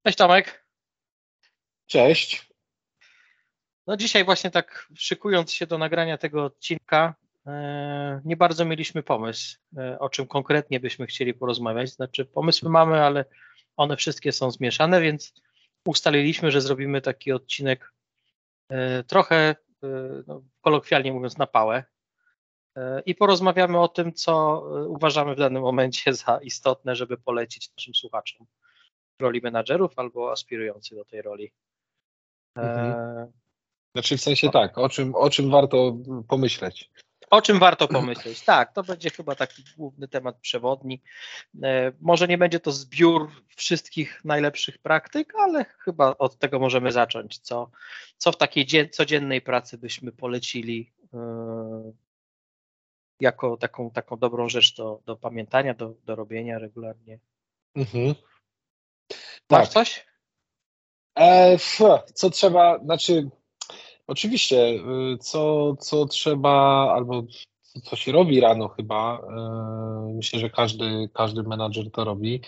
Cześć Tomek. Cześć. No dzisiaj właśnie tak szykując się do nagrania tego odcinka, nie bardzo mieliśmy pomysł, o czym konkretnie byśmy chcieli porozmawiać. Znaczy pomysły mamy, ale one wszystkie są zmieszane, więc ustaliliśmy, że zrobimy taki odcinek trochę, kolokwialnie mówiąc, na pałę i porozmawiamy o tym, co uważamy w danym momencie za istotne, żeby polecić naszym słuchaczom w roli menadżerów albo aspirujących do tej roli. Znaczy w sensie tak, o czym warto pomyśleć. O czym warto pomyśleć? Tak, to będzie chyba taki główny temat przewodni. Może nie będzie to zbiór wszystkich najlepszych praktyk, ale chyba od tego możemy zacząć. Co w takiej codziennej pracy byśmy polecili jako taką dobrą rzecz do pamiętania, do robienia regularnie. Masz coś? Co trzeba, znaczy oczywiście, co trzeba, albo co się robi rano chyba, myślę, że każdy menadżer to robi,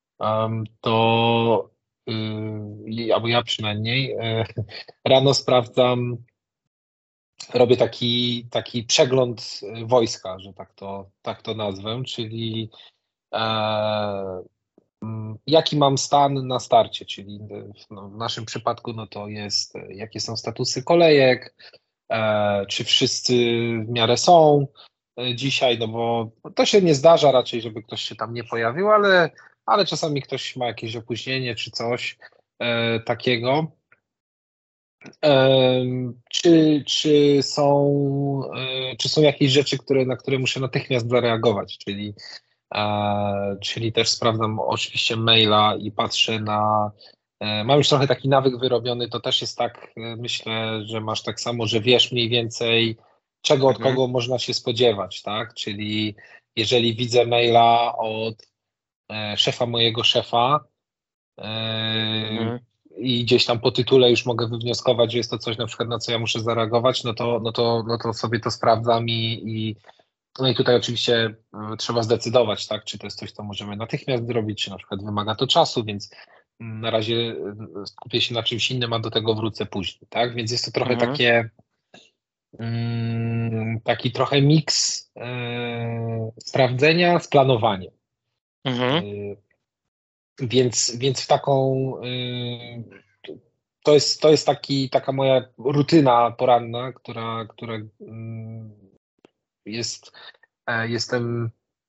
to albo ja przynajmniej, rano sprawdzam, robię taki przegląd wojska, że tak to nazwę, czyli jaki mam stan na starcie, czyli w naszym przypadku no to jest, jakie są statusy kolejek, czy wszyscy w miarę są dzisiaj, no bo to się nie zdarza raczej, żeby ktoś się tam nie pojawił, ale czasami ktoś ma jakieś opóźnienie czy coś takiego. Czy są jakieś rzeczy, na które muszę natychmiast zareagować, czyli też sprawdzam oczywiście maila i patrzę mam już trochę taki nawyk wyrobiony, to też jest tak, myślę, że masz tak samo, że wiesz mniej więcej czego od kogo można się spodziewać, tak? Czyli jeżeli widzę maila od szefa mojego szefa i gdzieś tam po tytule już mogę wywnioskować, że jest to coś na przykład, na co ja muszę zareagować, no to sobie to sprawdzam no i tutaj oczywiście trzeba zdecydować, tak, czy to jest coś, co możemy natychmiast zrobić, czy na przykład wymaga to czasu, więc na razie skupię się na czymś innym, a do tego wrócę później, tak, więc jest to trochę taki trochę miks sprawdzenia z planowaniem. Więc w taką to jest taka moja rutyna poranna, która jestem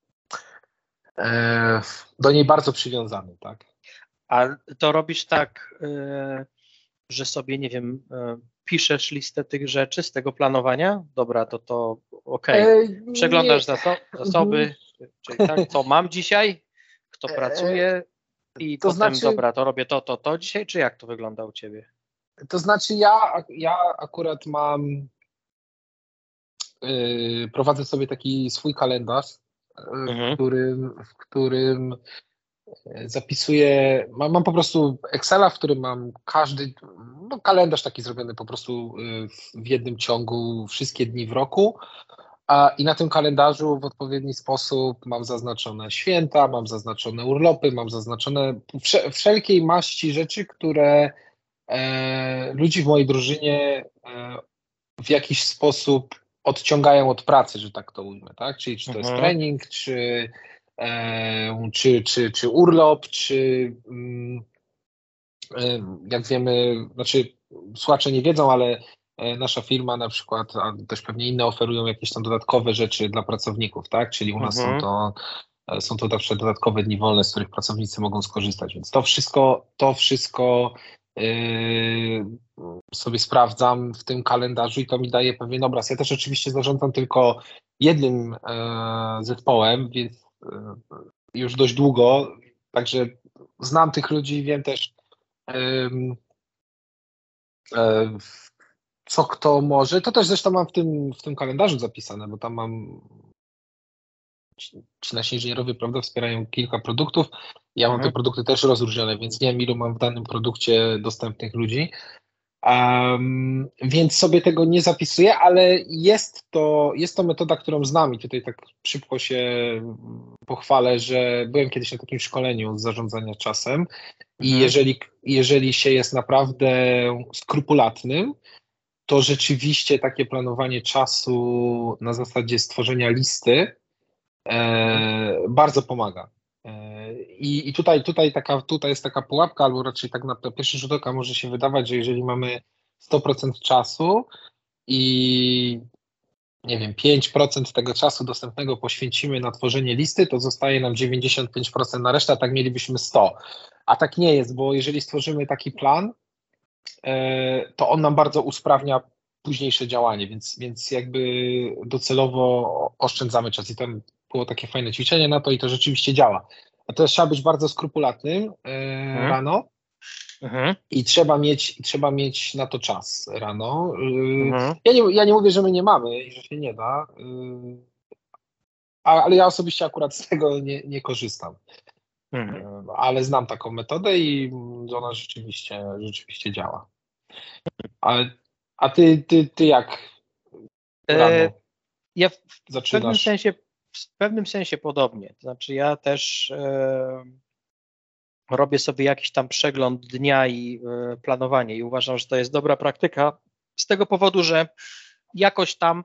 do niej bardzo przywiązany, tak? A to robisz tak, że sobie, nie wiem, piszesz listę tych rzeczy z tego planowania? Dobra, to okej. Przeglądasz zasoby, czyli tak, co mam dzisiaj, kto pracuje i to potem, znaczy, dobra, to robię to dzisiaj, czy jak to wygląda u Ciebie? To znaczy ja akurat prowadzę sobie taki swój kalendarz, w którym zapisuję, mam po prostu Excela, w którym mam kalendarz taki zrobiony po prostu w jednym ciągu, wszystkie dni w roku, i na tym kalendarzu w odpowiedni sposób mam zaznaczone święta, mam zaznaczone urlopy, mam zaznaczone wszelkiej maści rzeczy, które ludzi w mojej drużynie w jakiś sposób odciągają od pracy, że tak to ujmę, tak? Czyli czy to jest trening, czy urlop, czy jak wiemy, znaczy słuchacze nie wiedzą, ale nasza firma na przykład, a też pewnie inne oferują jakieś tam dodatkowe rzeczy dla pracowników, tak? Czyli u nas są to na przykład dodatkowe dni wolne, z których pracownicy mogą skorzystać, więc to wszystko sobie sprawdzam w tym kalendarzu i to mi daje pewien obraz. Ja też oczywiście zarządzam tylko jednym zespołem, więc już dość długo, także znam tych ludzi, wiem też co kto może. To też zresztą mam w tym kalendarzu zapisane, bo tam mam ci nasi inżynierowie, prawda, wspierają kilka produktów. Ja mam te produkty też rozróżnione, więc nie wiem, ilu mam w danym produkcie dostępnych ludzi. Więc sobie tego nie zapisuję, ale jest to metoda, którą znam i tutaj tak szybko się pochwalę, że byłem kiedyś na takim szkoleniu z zarządzania czasem i jeżeli się jest naprawdę skrupulatnym, to rzeczywiście takie planowanie czasu na zasadzie stworzenia listy bardzo pomaga. I tutaj jest taka pułapka, albo raczej tak na pierwszy rzut oka może się wydawać, że jeżeli mamy 100% czasu i nie wiem, 5% tego czasu dostępnego poświęcimy na tworzenie listy, to zostaje nam 95% na resztę, a tak mielibyśmy 100. A tak nie jest, bo jeżeli stworzymy taki plan, to on nam bardzo usprawnia późniejsze działanie, więc jakby docelowo oszczędzamy czas i tam było takie fajne ćwiczenie na to i to rzeczywiście działa. A teraz trzeba być bardzo skrupulatnym rano i trzeba mieć na to czas rano. Ja nie mówię, że my nie mamy i że się nie da, ale ja osobiście akurat z tego nie korzystam. Ale znam taką metodę i ona rzeczywiście działa. A ty jak rano ja zaczynasz? W pewnym sensie podobnie. To znaczy ja też robię sobie jakiś tam przegląd dnia i planowanie i uważam, że to jest dobra praktyka z tego powodu, że jakoś tam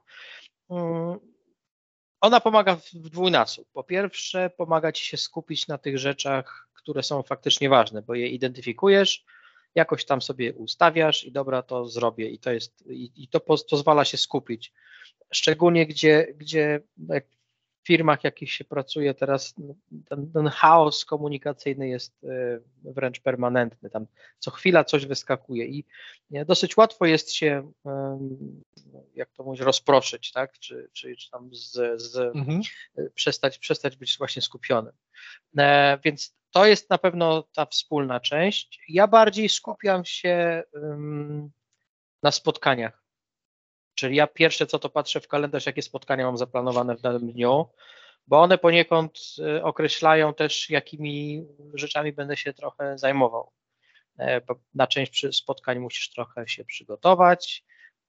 ona pomaga w dwójnasób. Po pierwsze, pomaga ci się skupić na tych rzeczach, które są faktycznie ważne, bo je identyfikujesz, jakoś tam sobie ustawiasz i dobra, to zrobię i to pozwala się skupić. Szczególnie gdzie jak w firmach jakich się pracuje teraz, ten chaos komunikacyjny jest wręcz permanentny. Tam co chwila coś wyskakuje i dosyć łatwo jest się, jak to mówić, rozproszyć, tak? Czy tam przestać być właśnie skupionym. Więc to jest na pewno ta wspólna część. Ja bardziej skupiam się na spotkaniach. Czyli ja pierwsze co to patrzę w kalendarz, jakie spotkania mam zaplanowane w danym dniu, bo one poniekąd określają też, jakimi rzeczami będę się trochę zajmował. Bo na część spotkań musisz trochę się przygotować,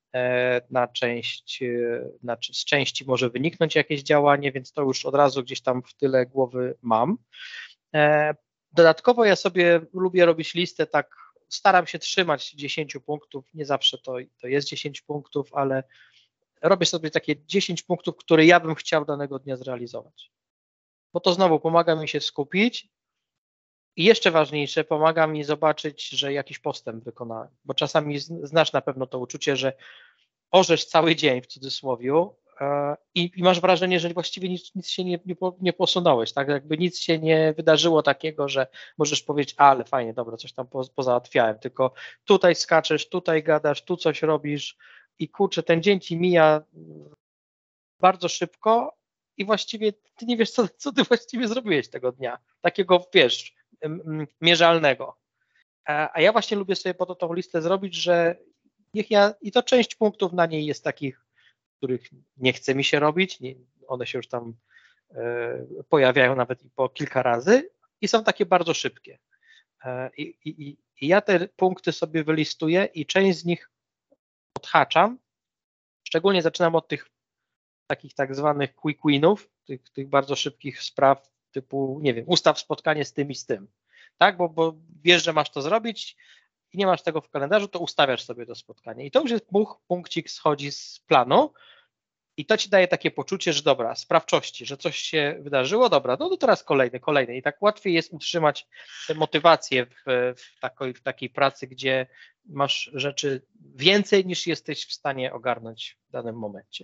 z części może wyniknąć jakieś działanie, więc to już od razu gdzieś tam w tyle głowy mam. Dodatkowo ja sobie lubię robić listę tak, staram się trzymać 10 punktów, nie zawsze to jest 10 punktów, ale robię sobie takie 10 punktów, które ja bym chciał danego dnia zrealizować. Bo to znowu pomaga mi się skupić i jeszcze ważniejsze, pomaga mi zobaczyć, że jakiś postęp wykonałem, bo czasami znasz na pewno to uczucie, że orzesz cały dzień w cudzysłowiu i masz wrażenie, że właściwie nic się nie posunąłeś, tak jakby nic się nie wydarzyło takiego, że możesz powiedzieć, ale fajnie, dobra, coś tam pozałatwiałem, tylko tutaj skaczesz, tutaj gadasz, tu coś robisz i kurczę, ten dzień ci mija bardzo szybko i właściwie ty nie wiesz, co ty właściwie zrobiłeś tego dnia, takiego, wiesz, mierzalnego. A ja właśnie lubię sobie po to tą listę zrobić, że i to część punktów na niej jest takich, których nie chce mi się robić, one się już tam pojawiają nawet i po kilka razy i są takie bardzo szybkie. I ja te punkty sobie wylistuję i część z nich odhaczam, szczególnie zaczynam od tych takich tak zwanych quick winów, tych bardzo szybkich spraw typu, nie wiem, ustaw spotkanie z tym i z tym, tak, bo wiesz, że masz to zrobić i nie masz tego w kalendarzu, to ustawiasz sobie to spotkanie i to już jest punkcik schodzi z planu i to ci daje takie poczucie, że dobra, sprawczości, że coś się wydarzyło, dobra, no to teraz kolejny i tak łatwiej jest utrzymać tę motywację w takiej pracy, gdzie masz rzeczy więcej niż jesteś w stanie ogarnąć w danym momencie.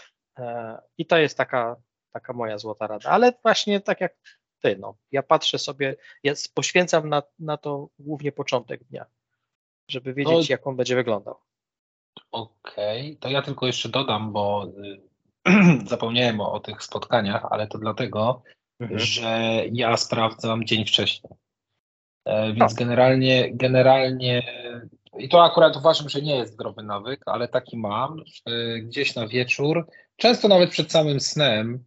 I to jest taka moja złota rada, ale właśnie tak jak ty, no, ja patrzę sobie, ja poświęcam na to głównie początek dnia, żeby wiedzieć, jak on będzie wyglądał. Okej, to ja tylko jeszcze dodam, bo zapomniałem o tych spotkaniach, ale to dlatego, że ja sprawdzam dzień wcześniej. Więc generalnie i to akurat uważam, że nie jest zdrowy nawyk, ale taki mam, gdzieś na wieczór, często nawet przed samym snem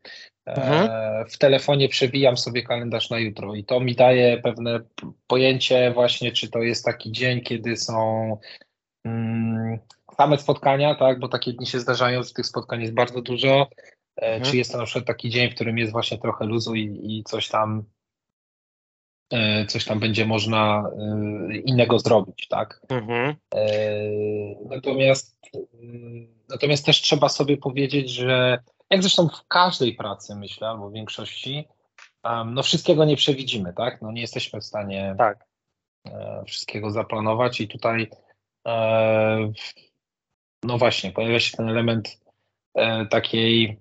w telefonie przewijam sobie kalendarz na jutro i to mi daje pewne pojęcie właśnie, czy to jest taki dzień, kiedy są same spotkania, tak, bo takie dni się zdarzają, że tych spotkań jest bardzo dużo. Czy jest to na przykład taki dzień, w którym jest właśnie trochę luzu i coś tam będzie można innego zrobić, tak? Natomiast też trzeba sobie powiedzieć, że jak zresztą w każdej pracy, myślę, albo w większości, no wszystkiego nie przewidzimy, tak? No nie jesteśmy w stanie Tak. wszystkiego zaplanować i tutaj no właśnie, pojawia się ten element takiej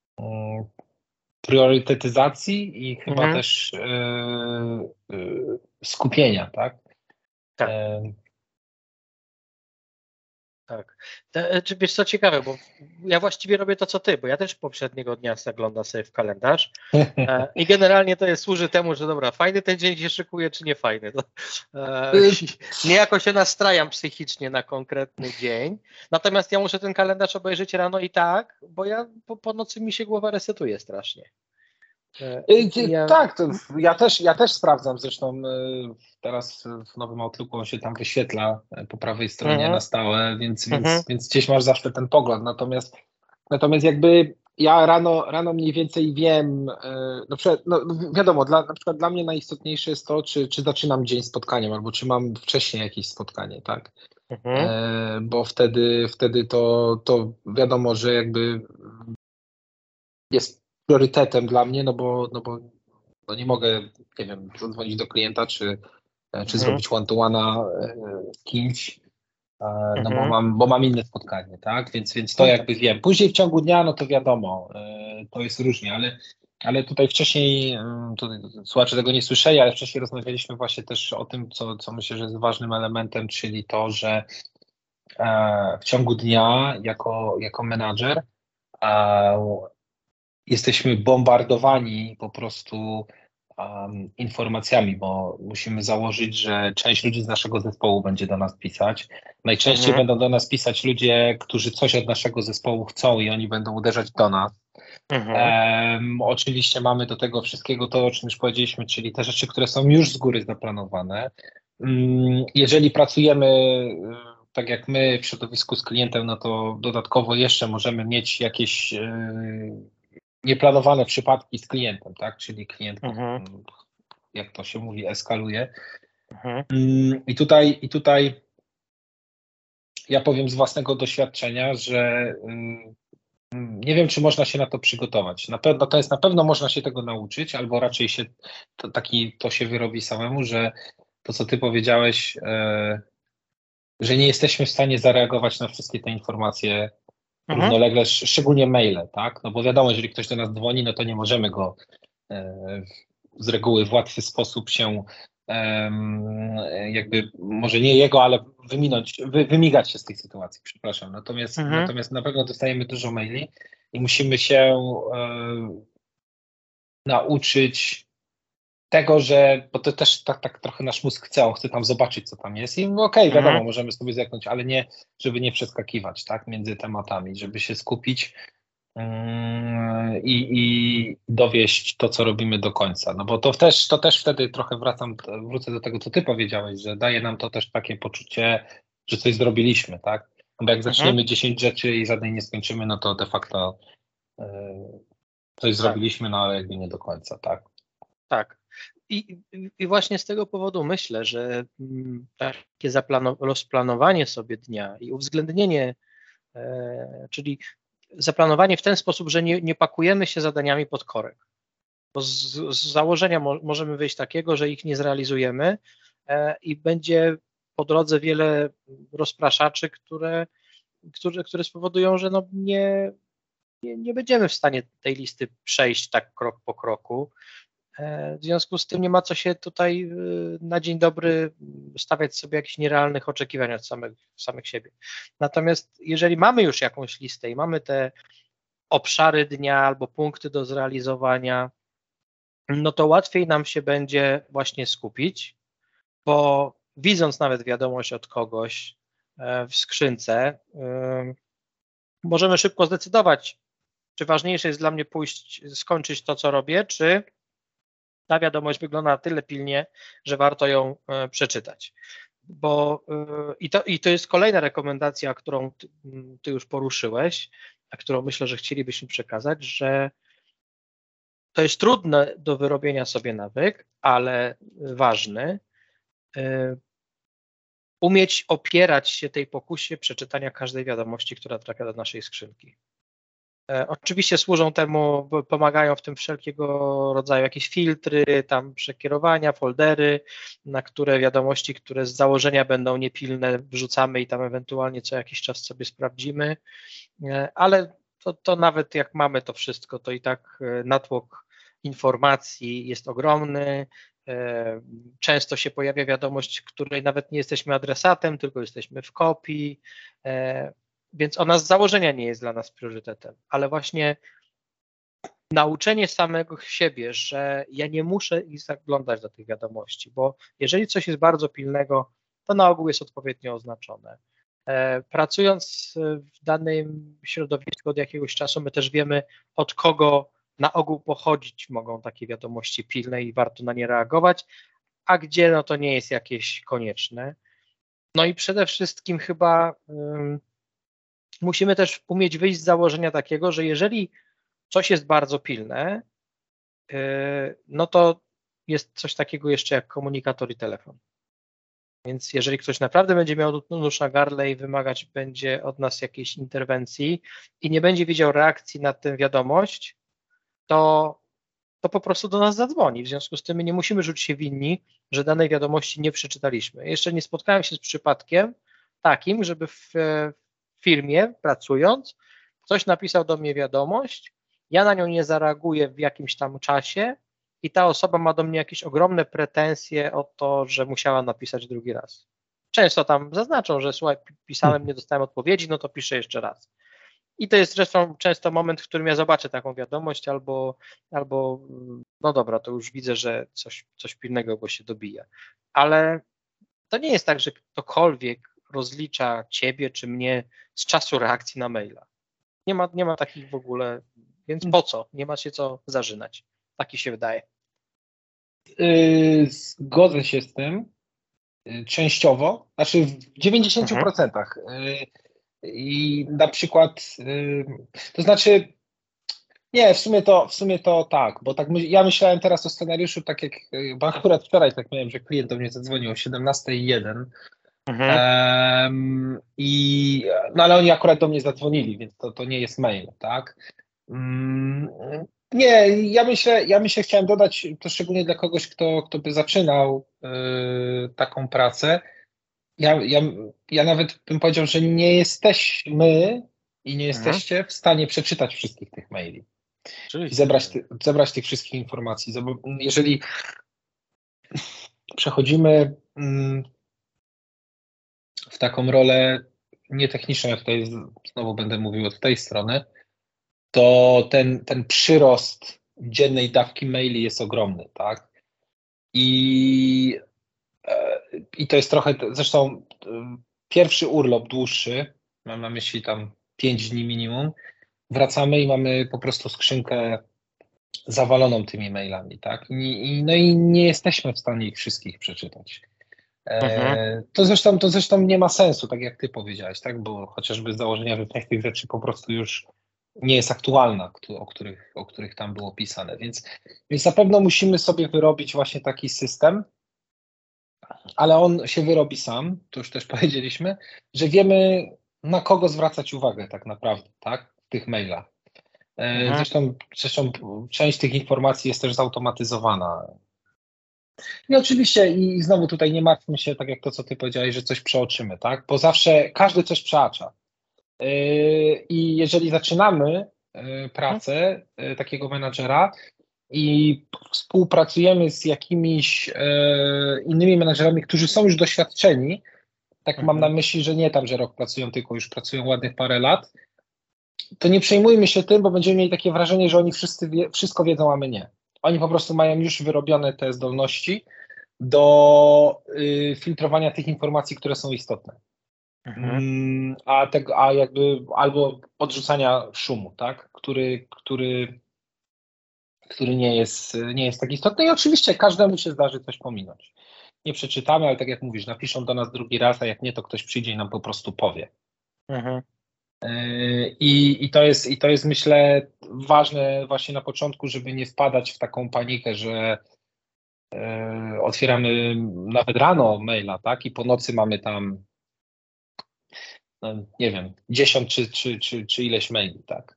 priorytetyzacji i chyba też skupienia, tak? Tak. Tak. Czy wiesz co ciekawe, bo ja właściwie robię to co ty, bo ja też poprzedniego dnia zaglądam sobie w kalendarz i generalnie to służy temu, że dobra, fajny ten dzień się szykuje, czy nie fajny. To, niejako się nastrajam psychicznie na konkretny dzień, natomiast ja muszę ten kalendarz obejrzeć rano i tak, bo ja po nocy mi się głowa resetuje strasznie. Tak, to ja też sprawdzam, zresztą teraz w nowym Outlooku on się tam wyświetla po prawej stronie na stałe, więc gdzieś masz zawsze ten pogląd, natomiast jakby ja rano mniej więcej wiem, no wiadomo, na przykład dla mnie najistotniejsze jest to, czy zaczynam dzień spotkaniem, albo czy mam wcześniej jakieś spotkanie, tak? Bo wtedy to wiadomo, że jakby jest priorytetem dla mnie, no bo nie mogę, nie wiem, zadzwonić do klienta, czy zrobić one-to-one'a z kimś, no bo mam inne spotkanie, tak? Więc to jakby wiem. Później w ciągu dnia, no to wiadomo, to jest różnie, ale tutaj wcześniej, słuchacze tego nie słyszeli, ale wcześniej rozmawialiśmy właśnie też o tym, co myślę, że jest ważnym elementem, czyli to, że w ciągu dnia jako menadżer jesteśmy bombardowani po prostu informacjami, bo musimy założyć, że część ludzi z naszego zespołu będzie do nas pisać. Najczęściej będą do nas pisać ludzie, którzy coś od naszego zespołu chcą i oni będą uderzać do nas. Oczywiście mamy do tego wszystkiego to, o czym już powiedzieliśmy, czyli te rzeczy, które są już z góry zaplanowane. Jeżeli pracujemy tak jak my w środowisku z klientem, no to dodatkowo jeszcze możemy mieć jakieś nieplanowane przypadki z klientem, tak? Czyli klient, jak to się mówi, eskaluje. I tutaj ja powiem z własnego doświadczenia, że nie wiem, czy można się na to przygotować. Na pewno można się tego nauczyć, albo raczej to się wyrobi samemu, że to, co ty powiedziałeś, że nie jesteśmy w stanie zareagować na wszystkie te informacje równolegle, szczególnie maile, tak? No bo wiadomo, jeżeli ktoś do nas dzwoni, no to nie możemy go z reguły w łatwy sposób się jakby, może nie jego, ale wymigać się z tej sytuacji, przepraszam. Natomiast na pewno dostajemy dużo maili i musimy się nauczyć tego, bo to też tak trochę nasz mózg chce, on chce tam zobaczyć, co tam jest i okej, wiadomo, możemy sobie zerknąć, ale nie, żeby nie przeskakiwać, tak, między tematami, żeby się skupić i dowieść to, co robimy do końca, no bo to też wtedy trochę wrócę do tego, co ty powiedziałeś, że daje nam to też takie poczucie, że coś zrobiliśmy, tak, no bo jak zaczniemy 10 rzeczy i żadnej nie skończymy, no to de facto coś zrobiliśmy, no ale jakby nie do końca, tak. Tak. I właśnie z tego powodu myślę, że takie rozplanowanie sobie dnia i uwzględnienie, czyli zaplanowanie w ten sposób, że nie pakujemy się zadaniami pod korek. Bo z założenia możemy wyjść takiego, że ich nie zrealizujemy i będzie po drodze wiele rozpraszaczy, które spowodują, że no nie będziemy w stanie tej listy przejść tak krok po kroku. W związku z tym nie ma co się tutaj na dzień dobry stawiać sobie jakichś nierealnych oczekiwań od samych siebie. Natomiast jeżeli mamy już jakąś listę i mamy te obszary dnia albo punkty do zrealizowania, no to łatwiej nam się będzie właśnie skupić, bo widząc nawet wiadomość od kogoś w skrzynce, możemy szybko zdecydować, czy ważniejsze jest dla mnie skończyć to, co robię, czy ta wiadomość wygląda na tyle pilnie, że warto ją przeczytać. bo i to jest kolejna rekomendacja, którą ty już poruszyłeś, a którą myślę, że chcielibyśmy przekazać, że to jest trudne do wyrobienia sobie nawyk, ale ważny, umieć opierać się tej pokusie przeczytania każdej wiadomości, która trafia do naszej skrzynki. Oczywiście służą temu, pomagają w tym wszelkiego rodzaju jakieś filtry, tam przekierowania, foldery, na które wiadomości, które z założenia będą niepilne, wrzucamy i tam ewentualnie co jakiś czas sobie sprawdzimy, ale to nawet jak mamy to wszystko, to i tak natłok informacji jest ogromny. Często się pojawia wiadomość, której nawet nie jesteśmy adresatem, tylko jesteśmy w kopii, więc ona z założenia nie jest dla nas priorytetem, ale właśnie nauczenie samego siebie, że ja nie muszę ich zaglądać do tych wiadomości, bo jeżeli coś jest bardzo pilnego, to na ogół jest odpowiednio oznaczone. Pracując w danym środowisku od jakiegoś czasu, my też wiemy, od kogo na ogół pochodzić mogą takie wiadomości pilne i warto na nie reagować, a gdzie no to nie jest jakieś konieczne. No i przede wszystkim chyba musimy też umieć wyjść z założenia takiego, że jeżeli coś jest bardzo pilne, no to jest coś takiego jeszcze jak komunikator i telefon. Więc jeżeli ktoś naprawdę będzie miał nóż na gardle i wymagać będzie od nas jakiejś interwencji i nie będzie widział reakcji na tę wiadomość, to po prostu do nas zadzwoni. W związku z tym my nie musimy czuć się winni, że danej wiadomości nie przeczytaliśmy. Jeszcze nie spotkałem się z przypadkiem takim, żeby w firmie pracując ktoś napisał do mnie wiadomość, ja na nią nie zareaguję w jakimś tam czasie i ta osoba ma do mnie jakieś ogromne pretensje o to, że musiała napisać drugi raz. Często tam zaznaczą, że słuchaj, pisałem, nie dostałem odpowiedzi, no to piszę jeszcze raz. I to jest zresztą często moment, w którym ja zobaczę taką wiadomość albo no dobra, to już widzę, że coś pilnego, bo się dobija. Ale to nie jest tak, że ktokolwiek rozlicza ciebie czy mnie z czasu reakcji na maila. Nie ma takich w ogóle, więc po co? Nie ma się co zażynać. Tak mi się wydaje. Zgodzę się z tym częściowo, znaczy w 90%. I na przykład, to znaczy, nie, w sumie to tak, bo tak ja myślałem teraz o scenariuszu, tak jak, bo akurat wczoraj tak miałem, że klient do mnie zadzwonił o 17:01. No ale oni akurat do mnie zadzwonili, więc to nie jest mail, tak? Nie, ja myślę, chciałem dodać, to szczególnie dla kogoś, kto by zaczynał taką pracę. Ja nawet bym powiedział, że nie jesteśmy i nie jesteście w stanie przeczytać wszystkich tych maili. I zebrać tych wszystkich informacji. Jeżeli przechodzimy w taką rolę nietechniczną, ja tutaj znowu będę mówił od tej strony, to ten przyrost dziennej dawki maili jest ogromny, tak? I to jest trochę, zresztą pierwszy urlop dłuższy, mam na myśli tam 5 dni minimum, wracamy i mamy po prostu skrzynkę zawaloną tymi mailami, tak? No i nie jesteśmy w stanie ich wszystkich przeczytać. To zresztą nie ma sensu, tak jak ty powiedziałeś, tak? Bo chociażby z założenia, że część tych rzeczy po prostu już nie jest aktualna, o których tam było pisane. Więc na pewno musimy sobie wyrobić właśnie taki system, ale on się wyrobi sam, to już też powiedzieliśmy, że wiemy, na kogo zwracać uwagę tak naprawdę, tak? W tych mailach. Zresztą część tych informacji jest też zautomatyzowana. I oczywiście, i znowu tutaj nie martwmy się, tak jak to, co ty powiedziałeś, że coś przeoczymy, tak? Bo zawsze każdy coś przeacza. I jeżeli zaczynamy pracę takiego menadżera i współpracujemy z jakimiś innymi menadżerami, którzy są już doświadczeni, tak mam na myśli, że nie tam, że rok pracują, tylko już pracują ładnych parę lat, to nie przejmujmy się tym, bo będziemy mieli takie wrażenie, że oni wszyscy wszystko wiedzą, a my nie. Oni po prostu mają już wyrobione te zdolności do filtrowania tych informacji, które są istotne. A jakby albo odrzucania szumu, tak? Który nie jest tak istotny i oczywiście każdemu się zdarzy coś pominąć. nie przeczytamy, ale tak jak mówisz, napiszą do nas drugi raz, a jak nie, to ktoś przyjdzie i nam po prostu powie. Mhm. I to jest, myślę, ważne właśnie na początku, żeby nie wpadać w taką panikę, że otwieramy nawet rano maila, tak? I po nocy mamy tam, no, nie wiem, 10 czy ileś maili, tak?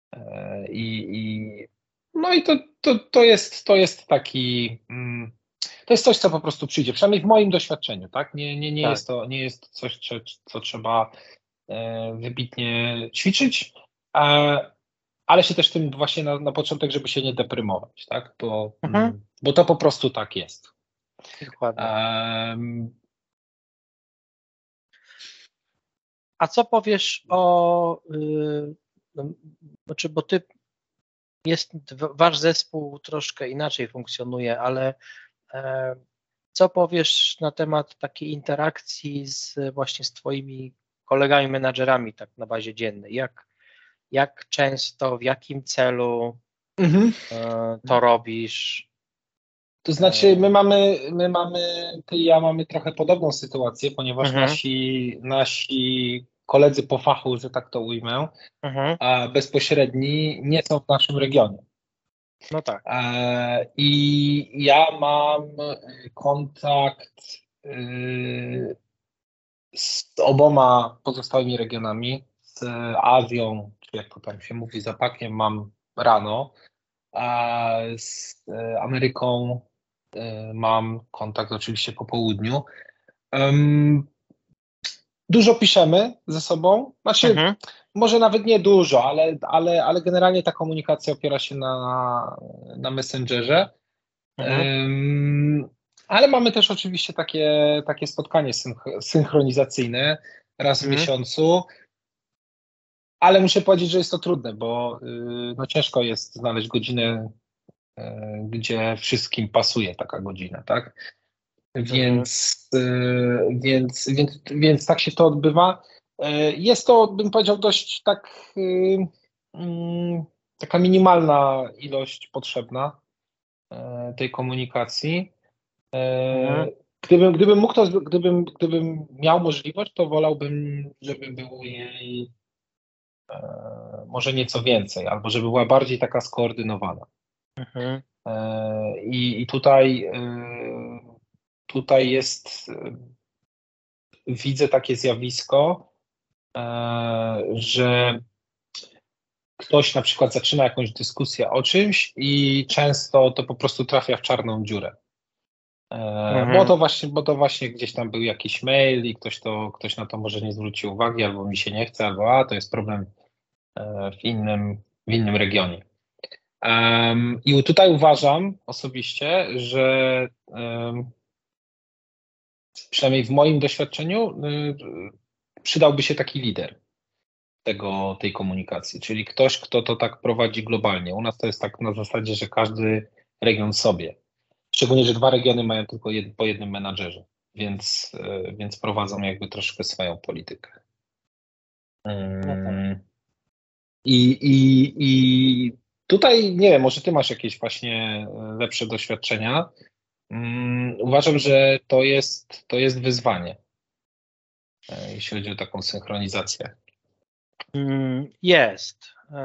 No i to jest taki, to jest coś, co po prostu przyjdzie, przynajmniej w moim doświadczeniu, tak? Tak. Nie jest coś, co trzeba wybitnie ćwiczyć, ale się też tym właśnie na początek, żeby się nie deprymować, tak? Mhm. Bo to po prostu tak jest. Dokładnie. Um, A co powiesz o, znaczy, bo wasz zespół troszkę inaczej funkcjonuje, ale co powiesz na temat takiej interakcji właśnie z twoimi kolegami, menadżerami tak na bazie dziennej? Jak często, w jakim celu mhm. to robisz? To znaczy, ty i ja mamy trochę podobną sytuację, ponieważ Mhm, nasi koledzy po fachu, że tak to ujmę, mhm. a bezpośredni nie są w naszym regionie. No tak. I ja mam kontakt z oboma pozostałymi regionami, z Azją, czy jak to tam się mówi, zapakiem mam rano, a z Ameryką mam kontakt oczywiście po południu. Dużo piszemy ze sobą, znaczy Mhm, może nawet nie dużo, ale generalnie ta komunikacja opiera się na Messengerze. mhm, Ale mamy też oczywiście takie spotkanie synchronizacyjne raz w mhm, miesiącu, ale muszę powiedzieć, że jest to trudne, bo no ciężko jest znaleźć godzinę, gdzie wszystkim pasuje taka godzina, tak? mhm, Więc tak się to odbywa. Jest to, bym powiedział, dość taka minimalna ilość potrzebna tej komunikacji. mhm. Gdybym miał możliwość, to wolałbym, żeby było jej może nieco więcej, albo żeby była bardziej taka skoordynowana. Mhm. I tutaj jest, widzę takie zjawisko, że ktoś na przykład zaczyna jakąś dyskusję o czymś i często to po prostu trafia w czarną dziurę. Mhm. Bo to właśnie gdzieś tam był jakiś mail i ktoś na to może nie zwrócił uwagi, albo mi się nie chce, albo to jest problem w innym regionie. I tutaj uważam osobiście, że przynajmniej w moim doświadczeniu przydałby się taki lider tej komunikacji, czyli ktoś, kto to tak prowadzi globalnie. U nas to jest tak na zasadzie, że każdy region sobie. Szczególnie, że dwa regiony mają tylko po jednym menadżerze, więc prowadzą jakby troszkę swoją politykę. No tak. I tutaj, nie wiem, może ty masz jakieś właśnie lepsze doświadczenia. Uważam, że to jest wyzwanie, jeśli chodzi o taką synchronizację. Jest,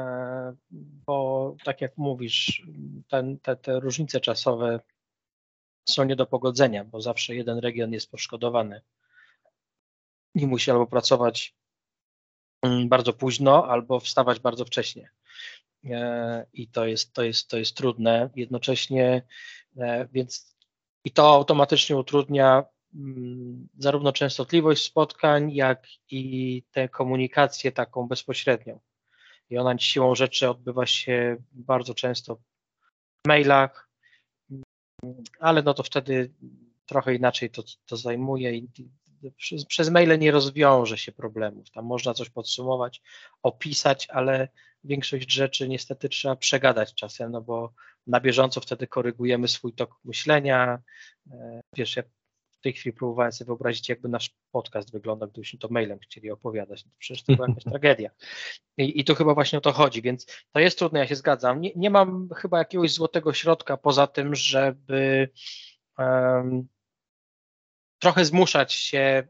bo tak jak mówisz, te różnice czasowe są nie do pogodzenia, bo zawsze jeden region jest poszkodowany i musi albo pracować bardzo późno, albo wstawać bardzo wcześnie. I to jest trudne. Jednocześnie, więc i to automatycznie utrudnia zarówno częstotliwość spotkań, jak i tę komunikację taką bezpośrednią. I ona siłą rzeczy odbywa się bardzo często w mailach, ale no to wtedy trochę inaczej to zajmuje i przez maile nie rozwiąże się problemów. Tam można coś podsumować, opisać, ale większość rzeczy niestety trzeba przegadać czasem, no bo na bieżąco wtedy korygujemy swój tok myślenia. Wiesz, ja w tej chwili próbowałem sobie wyobrazić, jakby nasz podcast wyglądał, gdybyśmy to mailem chcieli opowiadać. No to przecież to była jakaś tragedia. I tu chyba właśnie o to chodzi, więc to jest trudne, ja się zgadzam. Nie mam chyba jakiegoś złotego środka poza tym, żeby trochę zmuszać się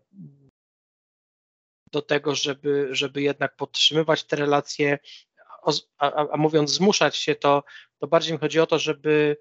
do tego, żeby jednak podtrzymywać te relacje, a mówiąc zmuszać się, to bardziej mi chodzi o to, żeby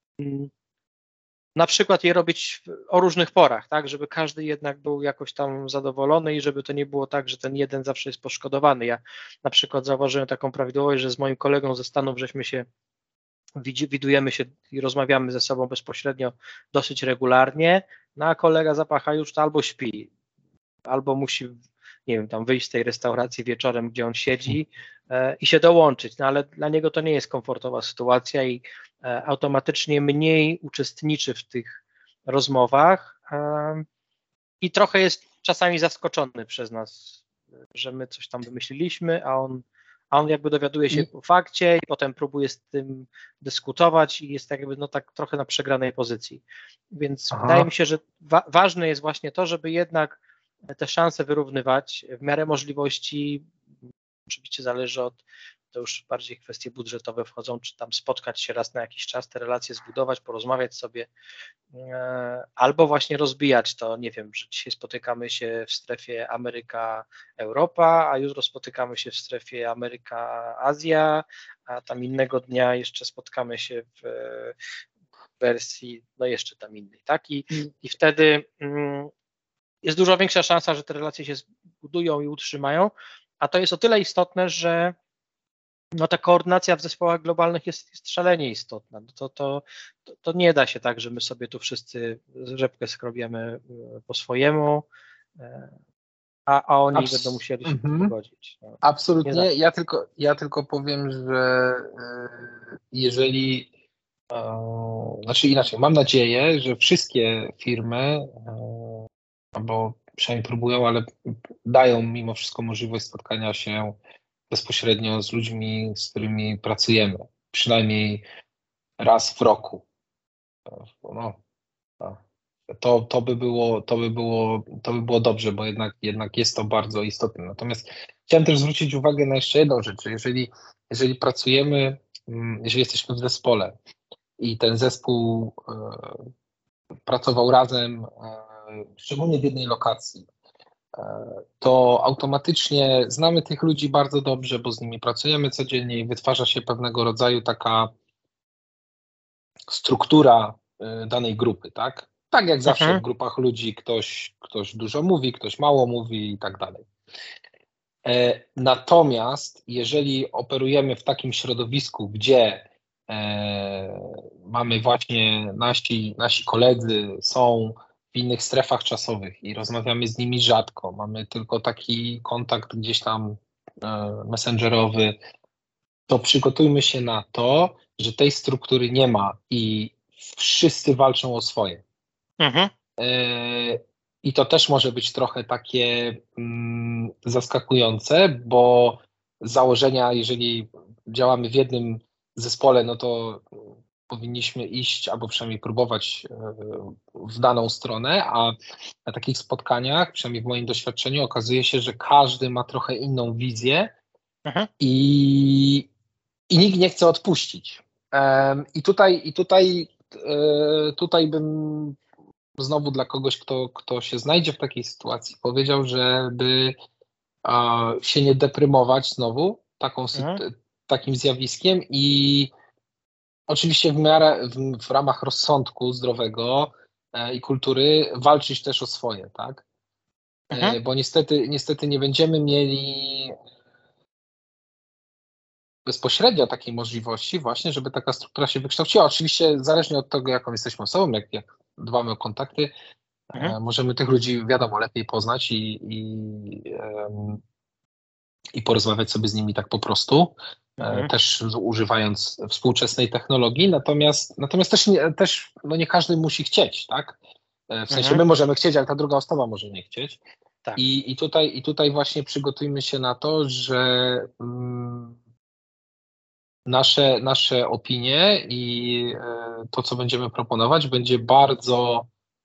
na przykład je robić o różnych porach, tak, żeby każdy jednak był jakoś tam zadowolony i żeby to nie było tak, że ten jeden zawsze jest poszkodowany. Ja na przykład zauważyłem taką prawidłowość, że z moim kolegą ze Stanów żeśmy się widujemy się i rozmawiamy ze sobą bezpośrednio dosyć regularnie, no a kolega zapacha już to albo śpi, albo musi, nie wiem, tam wyjść z tej restauracji wieczorem, gdzie on siedzi i się dołączyć, no ale dla niego to nie jest komfortowa sytuacja i automatycznie mniej uczestniczy w tych rozmowach i trochę jest czasami zaskoczony przez nas, że my coś tam wymyśliliśmy, a on jakby dowiaduje się po fakcie i potem próbuje z tym dyskutować i jest jakby no tak trochę na przegranej pozycji. Więc wydaje mi się, że ważne jest właśnie to, żeby jednak te szanse wyrównywać w miarę możliwości. Oczywiście zależy to już bardziej kwestie budżetowe wchodzą, czy tam spotkać się raz na jakiś czas, te relacje zbudować, porozmawiać sobie, albo właśnie rozbijać to, nie wiem, że dzisiaj spotykamy się w strefie Ameryka-Europa, a jutro spotykamy się w strefie Ameryka-Azja, a tam innego dnia jeszcze spotkamy się w wersji, no jeszcze tam innej, tak? I wtedy jest dużo większa szansa, że te relacje się zbudują i utrzymają, a to jest o tyle istotne, że no ta koordynacja w zespołach globalnych jest szalenie istotna. To nie da się tak, że my sobie tu wszyscy rzepkę skrobiemy po swojemu, a oni będą musieli się pogodzić. No, absolutnie. Ja tylko powiem, że jeżeli znaczy inaczej, mam nadzieję, że wszystkie firmy albo przynajmniej próbują, ale dają mimo wszystko możliwość spotkania się bezpośrednio z ludźmi, z którymi pracujemy, przynajmniej raz w roku. No, to by było dobrze, bo jednak jest to bardzo istotne. Natomiast chciałem też zwrócić uwagę na jeszcze jedną rzecz. Jeżeli pracujemy, jeżeli jesteśmy w zespole i ten zespół pracował razem, szczególnie w jednej lokacji, to automatycznie znamy tych ludzi bardzo dobrze, bo z nimi pracujemy codziennie i wytwarza się pewnego rodzaju taka struktura danej grupy, tak? Tak jak zawsze w grupach ludzi ktoś dużo mówi, ktoś mało mówi i tak dalej. Natomiast jeżeli operujemy w takim środowisku, gdzie mamy właśnie nasi koledzy są w innych strefach czasowych i rozmawiamy z nimi rzadko, mamy tylko taki kontakt gdzieś tam messengerowy, to przygotujmy się na to, że tej struktury nie ma i wszyscy walczą o swoje. I to też może być trochę takie zaskakujące, bo z założenia, jeżeli działamy w jednym zespole, no to powinniśmy iść albo przynajmniej próbować w daną stronę, a na takich spotkaniach, przynajmniej w moim doświadczeniu, okazuje się, że każdy ma trochę inną wizję i nikt nie chce odpuścić. I tutaj bym znowu dla kogoś, kto się znajdzie w takiej sytuacji, powiedział, żeby się nie deprymować znowu takim zjawiskiem i oczywiście w ramach rozsądku zdrowego i kultury walczyć też o swoje, tak? Bo niestety nie będziemy mieli bezpośrednio takiej możliwości właśnie, żeby taka struktura się wykształciła. Oczywiście zależnie od tego, jaką jesteśmy osobą, jak dbamy o kontakty, możemy tych ludzi, wiadomo, lepiej poznać i porozmawiać sobie z nimi tak po prostu, też używając współczesnej technologii, natomiast też nie każdy musi chcieć, tak? W sensie my możemy chcieć, ale ta druga osoba może nie chcieć. Tak. I tutaj właśnie przygotujmy się na to, że nasze opinie i to, co będziemy proponować, będzie bardzo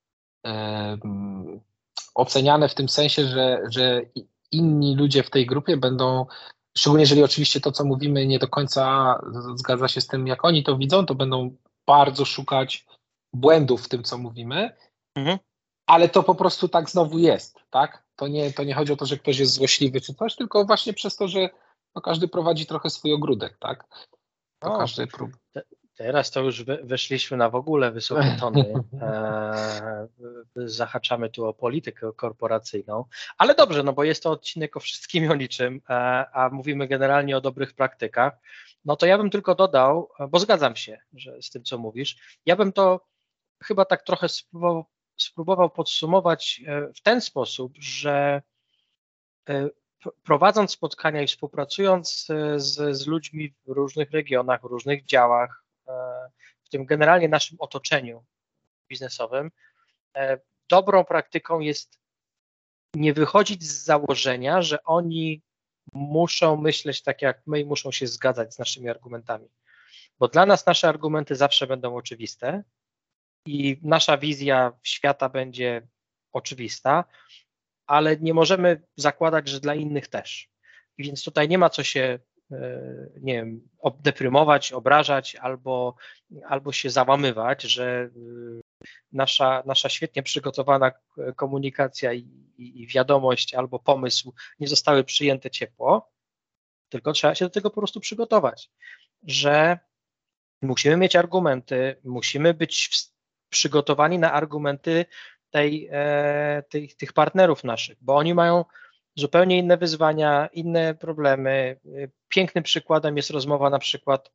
oceniane w tym sensie, że inni ludzie w tej grupie będą, szczególnie jeżeli oczywiście to, co mówimy, nie do końca zgadza się z tym, jak oni to widzą, to będą bardzo szukać błędów w tym, co mówimy. Ale to po prostu tak znowu jest, tak? To nie chodzi o to, że ktoś jest złośliwy czy coś, tylko właśnie przez to, że no, każdy prowadzi trochę swój ogródek, tak? To O, każdy teraz to już weszliśmy na w ogóle wysokie tony. Zahaczamy tu o politykę korporacyjną, ale dobrze, no bo jest to odcinek o wszystkim i o niczym, a mówimy generalnie o dobrych praktykach. No to ja bym tylko dodał, bo zgadzam się że z tym, co mówisz, ja bym to chyba tak trochę spróbował podsumować w ten sposób, że prowadząc spotkania i współpracując z ludźmi w różnych regionach, w różnych działach, w tym generalnie naszym otoczeniu biznesowym, dobrą praktyką jest nie wychodzić z założenia, że oni muszą myśleć tak jak my i muszą się zgadzać z naszymi argumentami. Bo dla nas nasze argumenty zawsze będą oczywiste i nasza wizja świata będzie oczywista, ale nie możemy zakładać, że dla innych też. I więc tutaj nie ma co się, nie wiem, deprymować, obrażać albo się załamywać, że nasza świetnie przygotowana komunikacja i wiadomość albo pomysł nie zostały przyjęte ciepło, tylko trzeba się do tego po prostu przygotować, że musimy mieć argumenty, musimy być przygotowani na argumenty tych partnerów naszych, bo oni mają zupełnie inne wyzwania, inne problemy. Pięknym przykładem jest rozmowa na przykład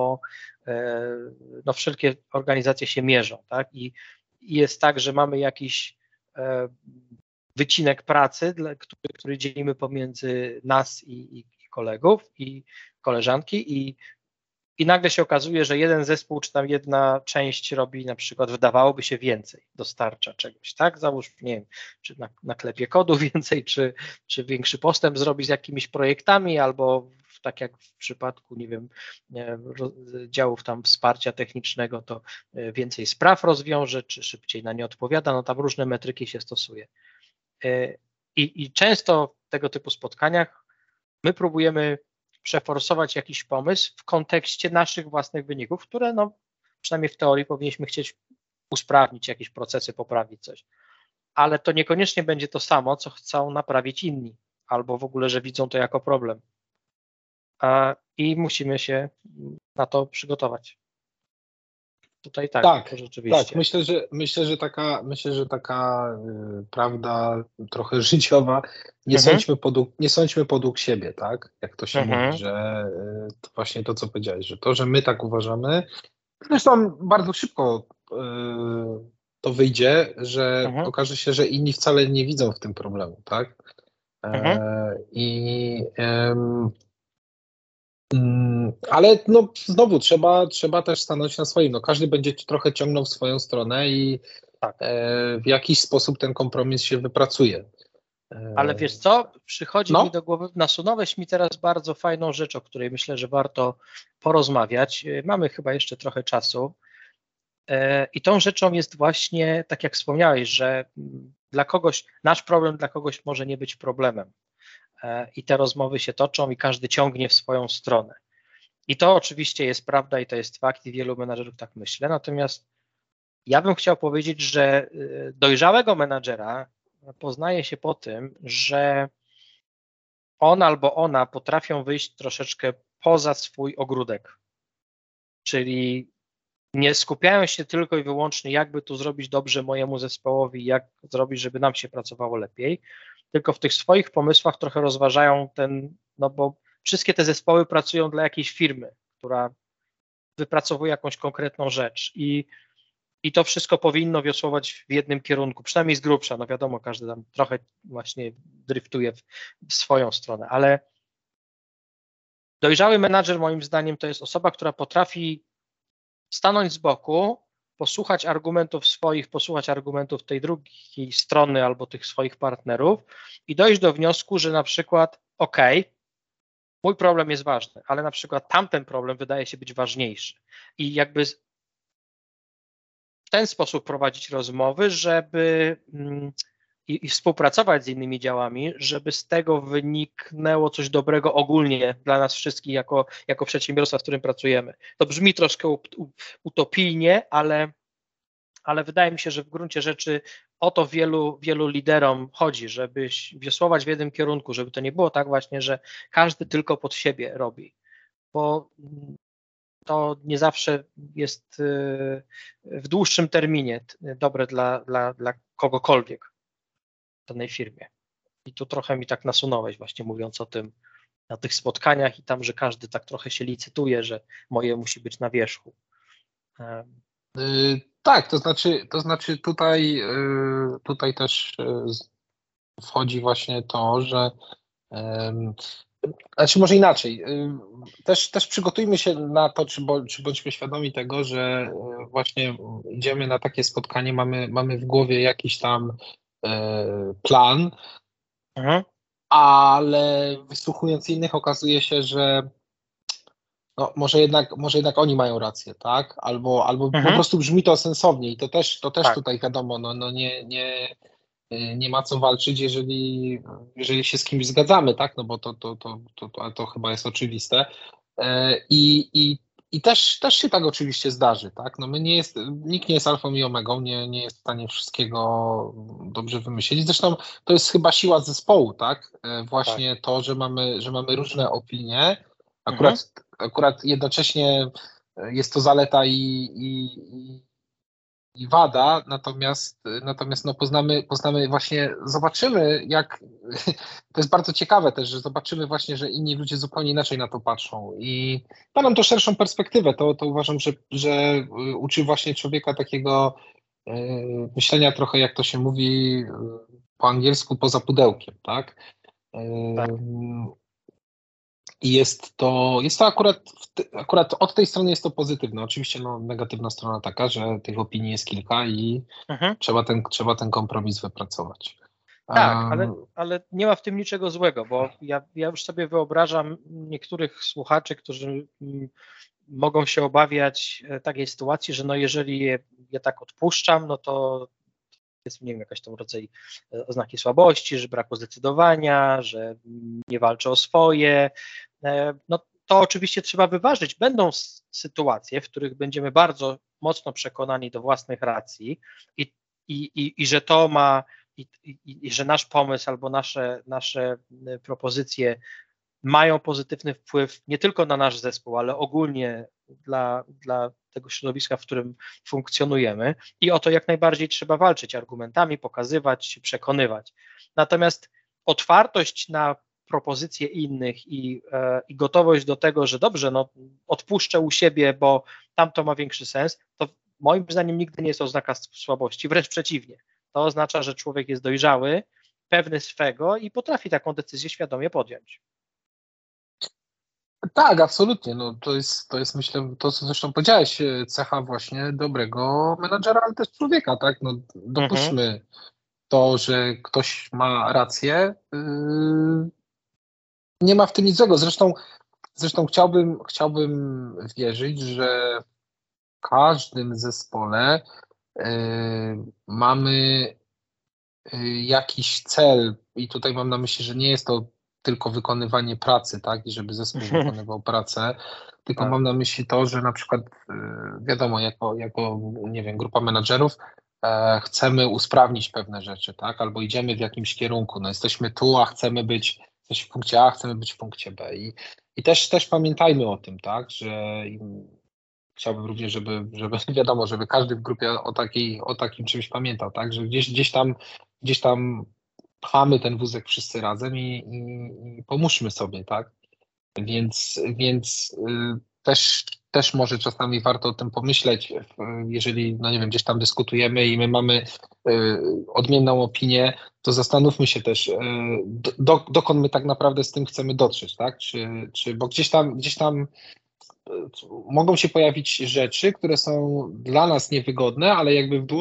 no wszelkie organizacje się mierzą, tak? I jest tak, że mamy jakiś wycinek pracy, który dzielimy pomiędzy nas i kolegów i koleżanki i nagle się okazuje, że jeden zespół czy tam jedna część robi na przykład, wydawałoby się więcej, dostarcza czegoś, tak? Załóż, nie wiem, czy na klepie kodu więcej, czy większy postęp zrobi z jakimiś projektami, albo tak jak w przypadku, nie wiem, działów tam wsparcia technicznego, to więcej spraw rozwiąże, czy szybciej na nie odpowiada, no tam różne metryki się stosuje. I często w tego typu spotkaniach my próbujemy przeforsować jakiś pomysł w kontekście naszych własnych wyników, które no, przynajmniej w teorii powinniśmy chcieć usprawnić jakieś procesy, poprawić coś. Ale to niekoniecznie będzie to samo, co chcą naprawić inni, albo w ogóle, że widzą to jako problem. I musimy się na to przygotować. Tutaj tak, to rzeczywiście. Tak, myślę, że taka prawda trochę życiowa, nie sądźmy podług siebie, tak? Jak to się mówi, że to właśnie to, co powiedziałeś, że to, że my tak uważamy, zresztą bardzo szybko to wyjdzie, że okaże się, że inni wcale nie widzą w tym problemu, tak? Ale no znowu trzeba też stanąć na swoim. No, każdy będzie trochę ciągnął w swoją stronę i tak. W jakiś sposób ten kompromis się wypracuje. Ale wiesz co, przychodzi mi do głowy, nasunąłeś mi teraz bardzo fajną rzecz, o której myślę, że warto porozmawiać. Mamy chyba jeszcze trochę czasu. I tą rzeczą jest właśnie, tak jak wspomniałeś, że dla kogoś, nasz problem dla kogoś może nie być problemem. I te rozmowy się toczą i każdy ciągnie w swoją stronę. I to oczywiście jest prawda i to jest fakt i wielu menadżerów tak myślę, natomiast ja bym chciał powiedzieć, że dojrzałego menadżera poznaje się po tym, że on albo ona potrafią wyjść troszeczkę poza swój ogródek, czyli nie skupiają się tylko i wyłącznie, jakby tu zrobić dobrze mojemu zespołowi, jak zrobić, żeby nam się pracowało lepiej, tylko w tych swoich pomysłach trochę rozważają no bo wszystkie te zespoły pracują dla jakiejś firmy, która wypracowuje jakąś konkretną rzecz i to wszystko powinno wiosłować w jednym kierunku, przynajmniej z grubsza, no wiadomo, każdy tam trochę właśnie dryftuje w swoją stronę, ale dojrzały menadżer moim zdaniem to jest osoba, która potrafi stanąć z boku, posłuchać argumentów swoich, posłuchać argumentów tej drugiej strony albo tych swoich partnerów i dojść do wniosku, że na przykład mój problem jest ważny, ale na przykład tamten problem wydaje się być ważniejszy i jakby w ten sposób prowadzić rozmowy, żeby i współpracować z innymi działami, żeby z tego wyniknęło coś dobrego ogólnie dla nas wszystkich jako przedsiębiorstwa, w którym pracujemy. To brzmi troszkę utopijnie, ale ale wydaje mi się, że w gruncie rzeczy o to wielu liderom chodzi, żeby wiosłować w jednym kierunku, żeby to nie było tak właśnie, że każdy tylko pod siebie robi, bo to nie zawsze jest w dłuższym terminie dobre dla kogokolwiek w danej firmie. I tu trochę mi tak nasunąłeś właśnie mówiąc o tym na tych spotkaniach i tam, że każdy tak trochę się licytuje, że moje musi być na wierzchu. Tak, to znaczy tutaj też wchodzi właśnie to, że znaczy może inaczej, też przygotujmy się na to, czy bądźmy świadomi tego, że właśnie idziemy na takie spotkanie, mamy w głowie jakiś tam plan, ale wysłuchując innych okazuje się, że no, może jednak oni mają rację, tak? Albo po prostu brzmi to sensownie i to też Tak. tutaj wiadomo, nie ma co walczyć, jeżeli się z kimś zgadzamy, tak? No bo to chyba jest oczywiste. I też się tak oczywiście zdarzy, tak? No nikt nie jest alfą i omegą, nie jest w stanie wszystkiego dobrze wymyślić. Zresztą to jest chyba siła zespołu, tak? Właśnie to, że mamy różne opinie. Akurat jednocześnie jest to zaleta i wada, natomiast no poznamy właśnie, zobaczymy jak, to jest bardzo ciekawe też, że zobaczymy właśnie, że inni ludzie zupełnie inaczej na to patrzą i da nam to szerszą perspektywę, to uważam, że uczy właśnie człowieka takiego myślenia trochę, jak to się mówi po angielsku, poza pudełkiem, tak? Tak. I jest to akurat od tej strony jest to pozytywne. Oczywiście no, negatywna strona taka, że tych opinii jest kilka i trzeba ten kompromis wypracować. Tak, ale nie ma w tym niczego złego, bo ja już sobie wyobrażam niektórych słuchaczy, którzy mogą się obawiać takiej sytuacji, że no jeżeli je tak odpuszczam, no to jest, nie wiem, jakaś tam rodzaj oznaki słabości, że braku zdecydowania, że nie walczę o swoje. No to oczywiście trzeba wyważyć. Będą sytuacje, w których będziemy bardzo mocno przekonani do własnych racji i że to ma i że nasz pomysł albo nasze propozycje mają pozytywny wpływ nie tylko na nasz zespół, ale ogólnie dla tego środowiska, w którym funkcjonujemy i o to jak najbardziej trzeba walczyć argumentami, pokazywać, przekonywać. Natomiast otwartość na propozycje innych i gotowość do tego, że dobrze, no odpuszczę u siebie, bo tam to ma większy sens, to moim zdaniem nigdy nie jest oznaka słabości, wręcz przeciwnie. To oznacza, że człowiek jest dojrzały, pewny swego i potrafi taką decyzję świadomie podjąć. Tak, absolutnie. No, to jest myślę, to co zresztą powiedziałeś, cecha właśnie dobrego menadżera, ale też człowieka, tak? No, dopuśćmy to, że ktoś ma rację. Nie ma w tym nic złego. Zresztą chciałbym wierzyć, że w każdym zespole mamy jakiś cel i tutaj mam na myśli, że nie jest to tylko wykonywanie pracy, tak, i żeby zespół wykonywał pracę, tylko mam na myśli to, że na przykład wiadomo, jako nie wiem, grupa menadżerów chcemy usprawnić pewne rzeczy, tak, albo idziemy w jakimś kierunku, no jesteśmy tu, a chcemy być w punkcie A, chcemy być w punkcie B i też pamiętajmy o tym, tak, że chciałbym również, żeby wiadomo, żeby każdy w grupie o takim czymś pamiętał, tak, że gdzieś tam pchamy ten wózek wszyscy razem i pomóżmy sobie, tak? Więc też może czasami warto o tym pomyśleć, jeżeli, no nie wiem, gdzieś tam dyskutujemy i my mamy odmienną opinię, to zastanówmy się też, dokąd my tak naprawdę z tym chcemy dotrzeć, tak? Bo gdzieś tam mogą się pojawić rzeczy, które są dla nas niewygodne, ale jakby w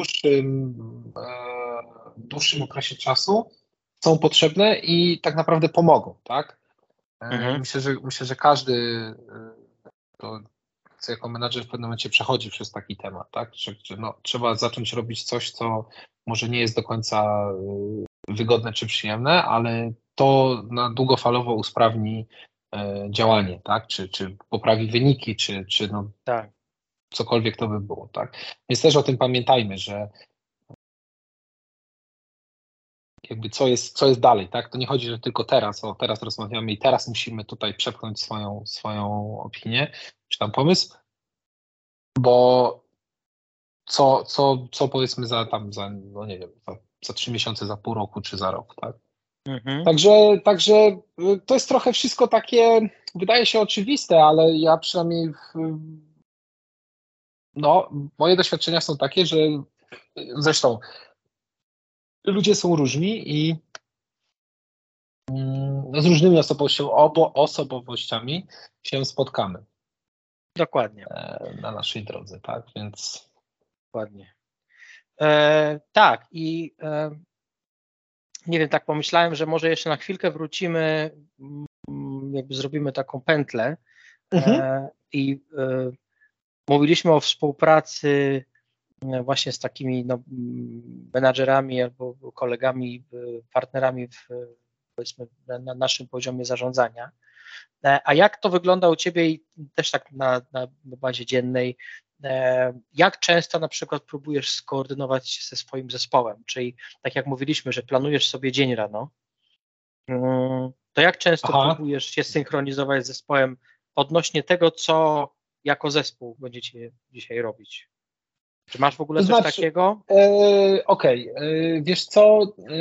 dłuższym okresie czasu są potrzebne i tak naprawdę pomogą, tak? Myślę, że każdy to jako menadżer w pewnym momencie przechodzi przez taki temat, tak? Że no, trzeba zacząć robić coś, co może nie jest do końca wygodne czy przyjemne, ale to na długofalowo usprawni działanie, tak? Czy poprawi wyniki, czy no. Tak. cokolwiek to by było, tak? Więc też o tym pamiętajmy, że jakby co jest dalej, tak? To nie chodzi, że tylko teraz rozmawiamy i teraz musimy tutaj przepchnąć swoją opinię, czy tam pomysł, bo co powiedzmy no nie wiem, za 3 miesiące, za pół roku, czy za rok, tak? Mhm. Także to jest trochę wszystko takie, wydaje się oczywiste, ale ja przynajmniej no, moje doświadczenia są takie, że zresztą ludzie są różni i no, z różnymi osobowościami się spotkamy Dokładnie, na naszej drodze, tak? Więc dokładnie. Tak i nie wiem, tak pomyślałem, że może jeszcze na chwilkę wrócimy, jakby zrobimy taką pętlę i mówiliśmy o współpracy właśnie z takimi menadżerami albo kolegami, partnerami powiedzmy na naszym poziomie zarządzania. A jak to wygląda u Ciebie i też tak na bazie dziennej, jak często na przykład próbujesz skoordynować ze swoim zespołem, czyli tak jak mówiliśmy, że planujesz sobie dzień rano, to jak często próbujesz się synchronizować z zespołem odnośnie tego, co jako zespół będziecie dzisiaj robić? Czy masz w ogóle coś takiego? Okej. Wiesz co,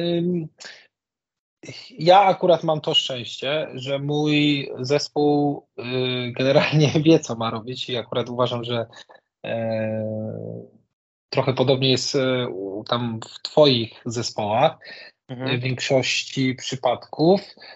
ja akurat mam to szczęście, że mój zespół generalnie wie, co ma robić i akurat uważam, że trochę podobnie jest tam w Twoich zespołach w większości przypadków.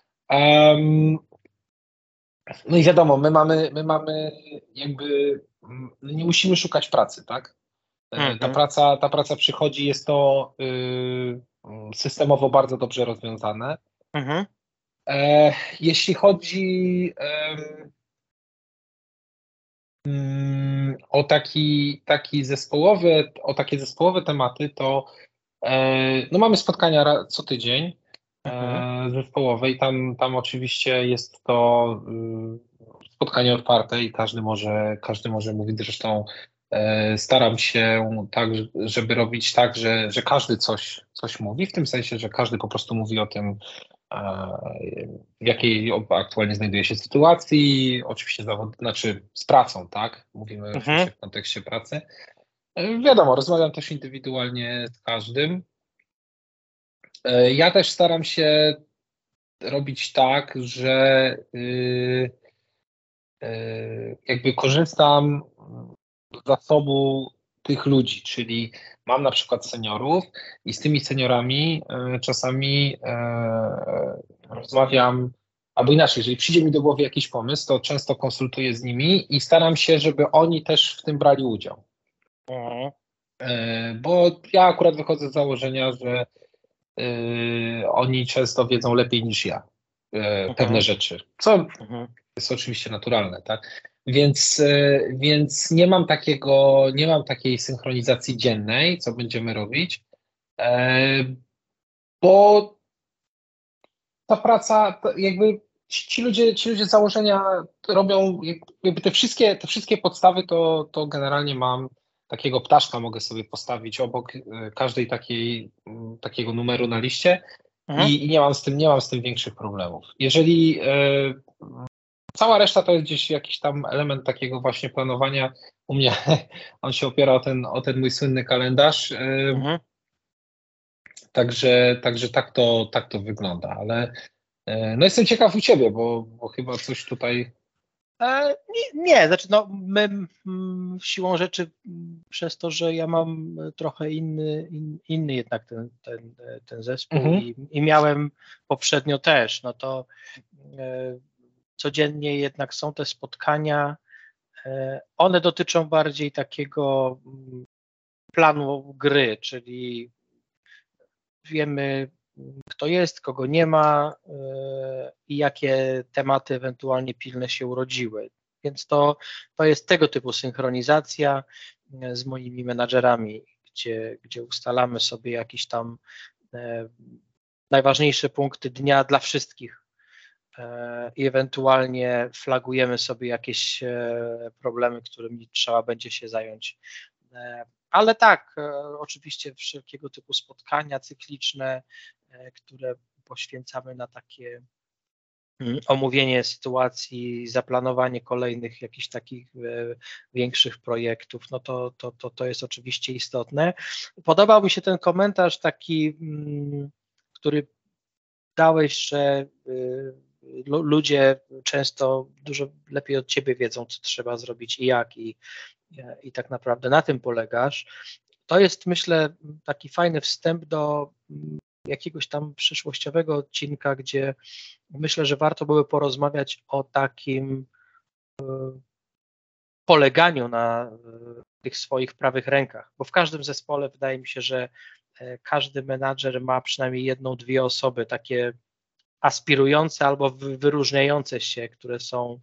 No i wiadomo, my mamy jakby, nie musimy szukać pracy, tak? Ta praca przychodzi, jest to systemowo bardzo dobrze rozwiązane. Jeśli chodzi o takie zespołowe tematy, to no mamy spotkania co tydzień zespołowe i tam oczywiście jest to spotkanie otwarte i każdy może mówić. Zresztą staram się tak, żeby robić tak, że każdy coś mówi, w tym sensie, że każdy po prostu mówi o tym, w jakiej aktualnie znajduje się sytuacji, oczywiście z pracą, tak? Mówimy oczywiście w kontekście pracy. Wiadomo, rozmawiam też indywidualnie z każdym. Ja też staram się robić tak, że jakby korzystam z zasobu tych ludzi, czyli mam na przykład seniorów i z tymi seniorami czasami rozmawiam, albo inaczej, jeżeli przyjdzie mi do głowy jakiś pomysł, to często konsultuję z nimi i staram się, żeby oni też w tym brali udział. Bo ja akurat wychodzę z założenia, że oni często wiedzą lepiej niż ja pewne rzeczy, co jest oczywiście naturalne, tak? Więc nie mam takiej synchronizacji dziennej, co będziemy robić, bo ta praca, jakby ci ludzie z założenia robią, jakby te wszystkie podstawy, to generalnie mam takiego ptaszka, mogę sobie postawić obok każdej takiego numeru na liście i nie mam z tym większych problemów. Jeżeli cała reszta to jest gdzieś jakiś tam element takiego właśnie planowania. U mnie on się opiera o ten mój słynny kalendarz. Także tak to wygląda, ale no jestem ciekaw u Ciebie, bo chyba coś tutaj... Nie, znaczy no my siłą rzeczy przez to, że ja mam trochę inny jednak ten zespół i miałem poprzednio też, no to codziennie jednak są te spotkania, one dotyczą bardziej takiego planu gry, czyli wiemy, kto jest, kogo nie ma i jakie tematy ewentualnie pilne się urodziły. Więc to jest tego typu synchronizacja z moimi menadżerami, gdzie ustalamy sobie jakieś tam najważniejsze punkty dnia dla wszystkich. i ewentualnie flagujemy sobie jakieś problemy, którymi trzeba będzie się zająć. Ale tak, oczywiście wszelkiego typu spotkania cykliczne, które poświęcamy na takie omówienie sytuacji, zaplanowanie kolejnych jakichś takich większych projektów, no to jest oczywiście istotne. Podobał mi się ten komentarz taki, który dałeś, że ludzie często dużo lepiej od ciebie wiedzą, co trzeba zrobić i jak, i tak naprawdę na tym polegasz. To jest, myślę, taki fajny wstęp do jakiegoś tam przyszłościowego odcinka, gdzie myślę, że warto były porozmawiać o takim poleganiu na tych swoich prawych rękach, bo w każdym zespole wydaje mi się, że każdy menadżer ma przynajmniej jedną, dwie osoby takie aspirujące albo wyróżniające się, które są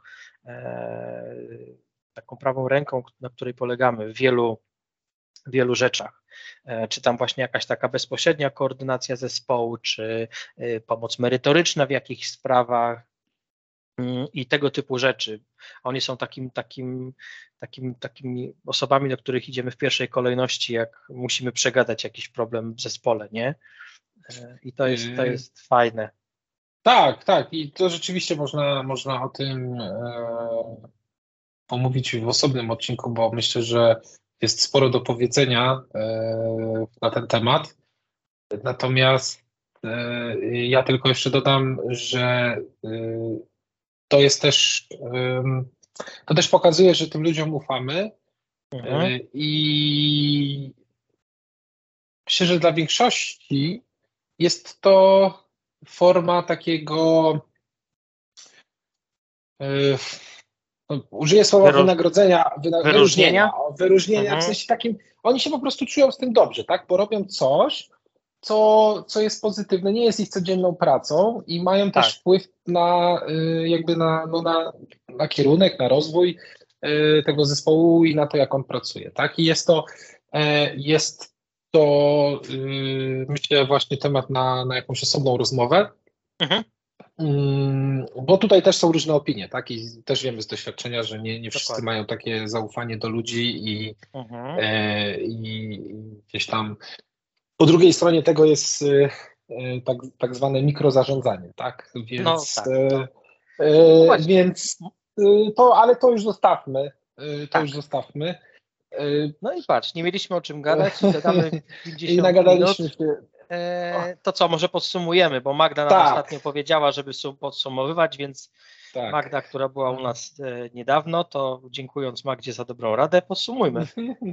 taką prawą ręką, na której polegamy w wielu rzeczach. Czy tam właśnie jakaś taka bezpośrednia koordynacja zespołu, czy pomoc merytoryczna w jakichś sprawach i tego typu rzeczy. Oni są takimi osobami, do których idziemy w pierwszej kolejności, jak musimy przegadać jakiś problem w zespole, nie? I to jest fajne. Tak, tak. I to rzeczywiście można o tym pomówić w osobnym odcinku, bo myślę, że jest sporo do powiedzenia na ten temat. Natomiast ja tylko jeszcze dodam, że to jest też, to też pokazuje, że tym ludziom ufamy i myślę, że dla większości jest to forma takiego, użyję słowa wynagrodzenia, wyróżnienia w sensie takim, oni się po prostu czują z tym dobrze, tak, bo robią coś, co jest pozytywne, nie jest ich codzienną pracą i mają też wpływ na jakby na kierunek, na rozwój tego zespołu i na to, jak on pracuje, tak, i jest to myślę właśnie temat na jakąś osobną rozmowę. Bo tutaj też są różne opinie, tak? I też wiemy z doświadczenia, że nie wszyscy mają takie zaufanie do ludzi i gdzieś tam po drugiej stronie tego jest tak zwane mikrozarządzanie, tak? Więc, więc ale to już zostawmy. Już zostawmy. No i patrz, nie mieliśmy o czym gadać i gadamy 50 I nagadaliśmy minut. się. To co, może podsumujemy, bo Magda nam ostatnio powiedziała, żeby podsumowywać, więc Magda, która była u nas niedawno, to dziękując Magdzie za dobrą radę, podsumujmy.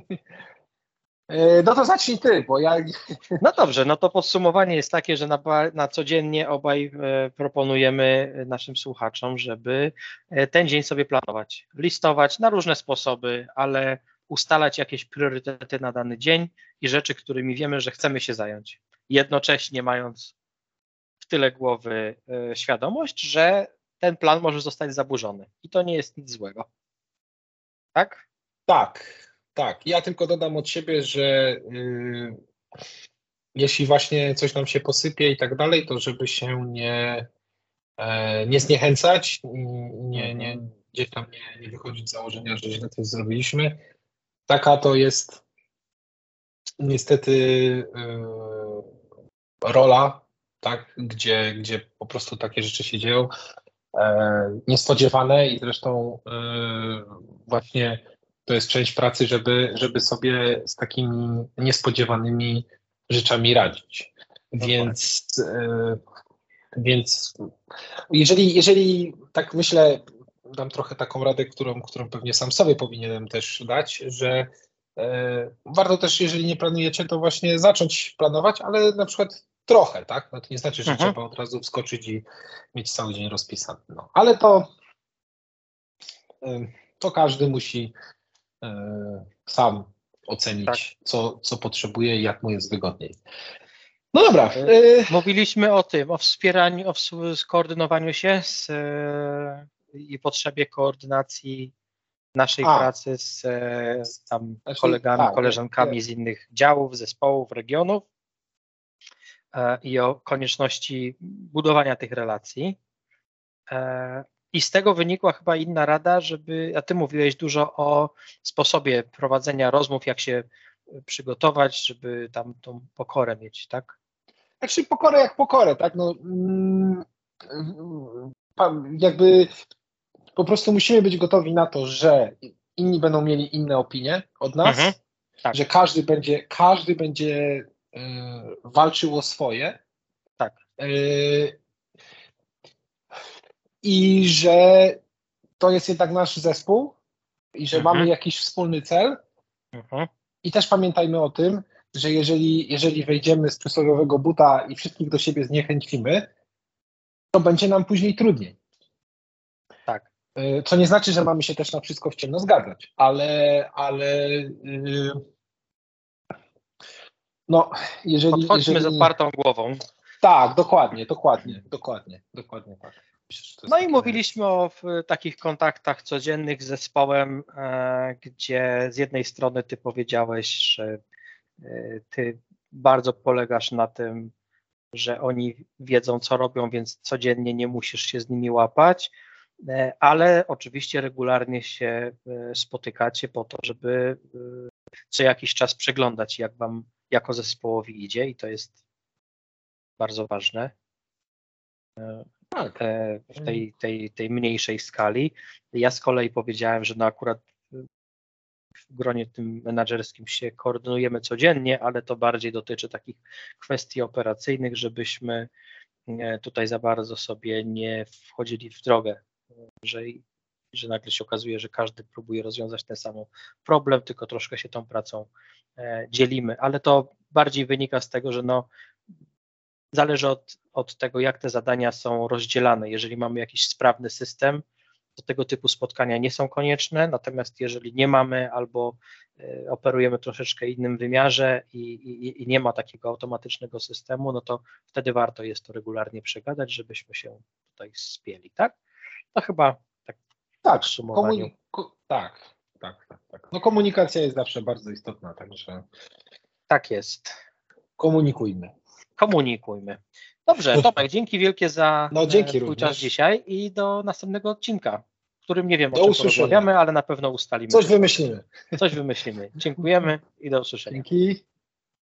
No to zacznij ty, bo ja... No dobrze, no to podsumowanie jest takie, że na codziennie obaj proponujemy naszym słuchaczom, żeby ten dzień sobie planować, listować na różne sposoby, ale ustalać jakieś priorytety na dany dzień i rzeczy, którymi wiemy, że chcemy się zająć. Jednocześnie mając w tyle głowy świadomość, że ten plan może zostać zaburzony i to nie jest nic złego. Tak? Tak. Ja tylko dodam od siebie, że jeśli właśnie coś nam się posypie i tak dalej, to żeby się nie zniechęcać, gdzieś tam nie wychodzić z założenia, że źle coś zrobiliśmy. Taka to jest niestety rola, tak, gdzie po prostu takie rzeczy się dzieją, niespodziewane i zresztą właśnie to jest część pracy, żeby sobie z takimi niespodziewanymi rzeczami radzić. Więc jeżeli tak myślę, dam trochę taką radę, którą pewnie sam sobie powinienem też dać, że warto też, jeżeli nie planujecie, to właśnie zacząć planować, ale na przykład trochę, tak? No to nie znaczy, że trzeba od razu wskoczyć i mieć cały dzień rozpisany. No. Ale to każdy musi sam ocenić, co potrzebuje i jak mu jest wygodniej. No dobra. Mówiliśmy o tym, o wspieraniu, o skoordynowaniu się i potrzebie koordynacji naszej pracy z kolegami, koleżankami z innych działów, zespołów, regionów i o konieczności budowania tych relacji. I z tego wynikła chyba inna rada, a ty mówiłeś dużo o sposobie prowadzenia rozmów, jak się przygotować, żeby tam tą pokorę mieć, tak? Znaczy pokorę jak pokorę, tak? No, jakby po prostu musimy być gotowi na to, że inni będą mieli inne opinie od nas, Tak. że każdy będzie walczył o swoje. Tak. I że to jest jednak nasz zespół i że mamy jakiś wspólny cel. I też pamiętajmy o tym, że jeżeli wejdziemy z przysłowiowego buta i wszystkich do siebie zniechęcimy, to będzie nam później trudniej. Tak. Co nie znaczy, że mamy się też na wszystko w ciemno zgadzać, ale no, podchodźmy z otwartą głową. Tak, dokładnie tak. No i mówiliśmy o takich kontaktach codziennych z zespołem, gdzie z jednej strony ty powiedziałeś, że ty bardzo polegasz na tym, że oni wiedzą, co robią, więc codziennie nie musisz się z nimi łapać, ale oczywiście regularnie się spotykacie po to, żeby co jakiś czas przeglądać, jak wam jako zespołowi idzie, i to jest bardzo ważne w tej mniejszej skali. Ja z kolei powiedziałem, że no akurat w gronie tym menadżerskim się koordynujemy codziennie, ale to bardziej dotyczy takich kwestii operacyjnych, żebyśmy tutaj za bardzo sobie nie wchodzili w drogę, że nagle się okazuje, że każdy próbuje rozwiązać ten sam problem, tylko troszkę się tą pracą dzielimy, ale to bardziej wynika z tego, że no zależy od tego, jak te zadania są rozdzielane. Jeżeli mamy jakiś sprawny system, to tego typu spotkania nie są konieczne, natomiast jeżeli nie mamy albo operujemy w troszeczkę innym wymiarze i nie ma takiego automatycznego systemu, no to wtedy warto jest to regularnie przegadać, żebyśmy się tutaj spieli, tak? To chyba tak w podsumowaniu. Tak. No komunikacja jest zawsze bardzo istotna, także tak jest. Komunikujmy. Dobrze, Tomek, dzięki wielkie za dzięki twój czas dzisiaj i do następnego odcinka, w którym nie wiem, o czym porozmawiamy, ale na pewno ustalimy. Coś wymyślimy. Dziękujemy i do usłyszenia. Dzięki.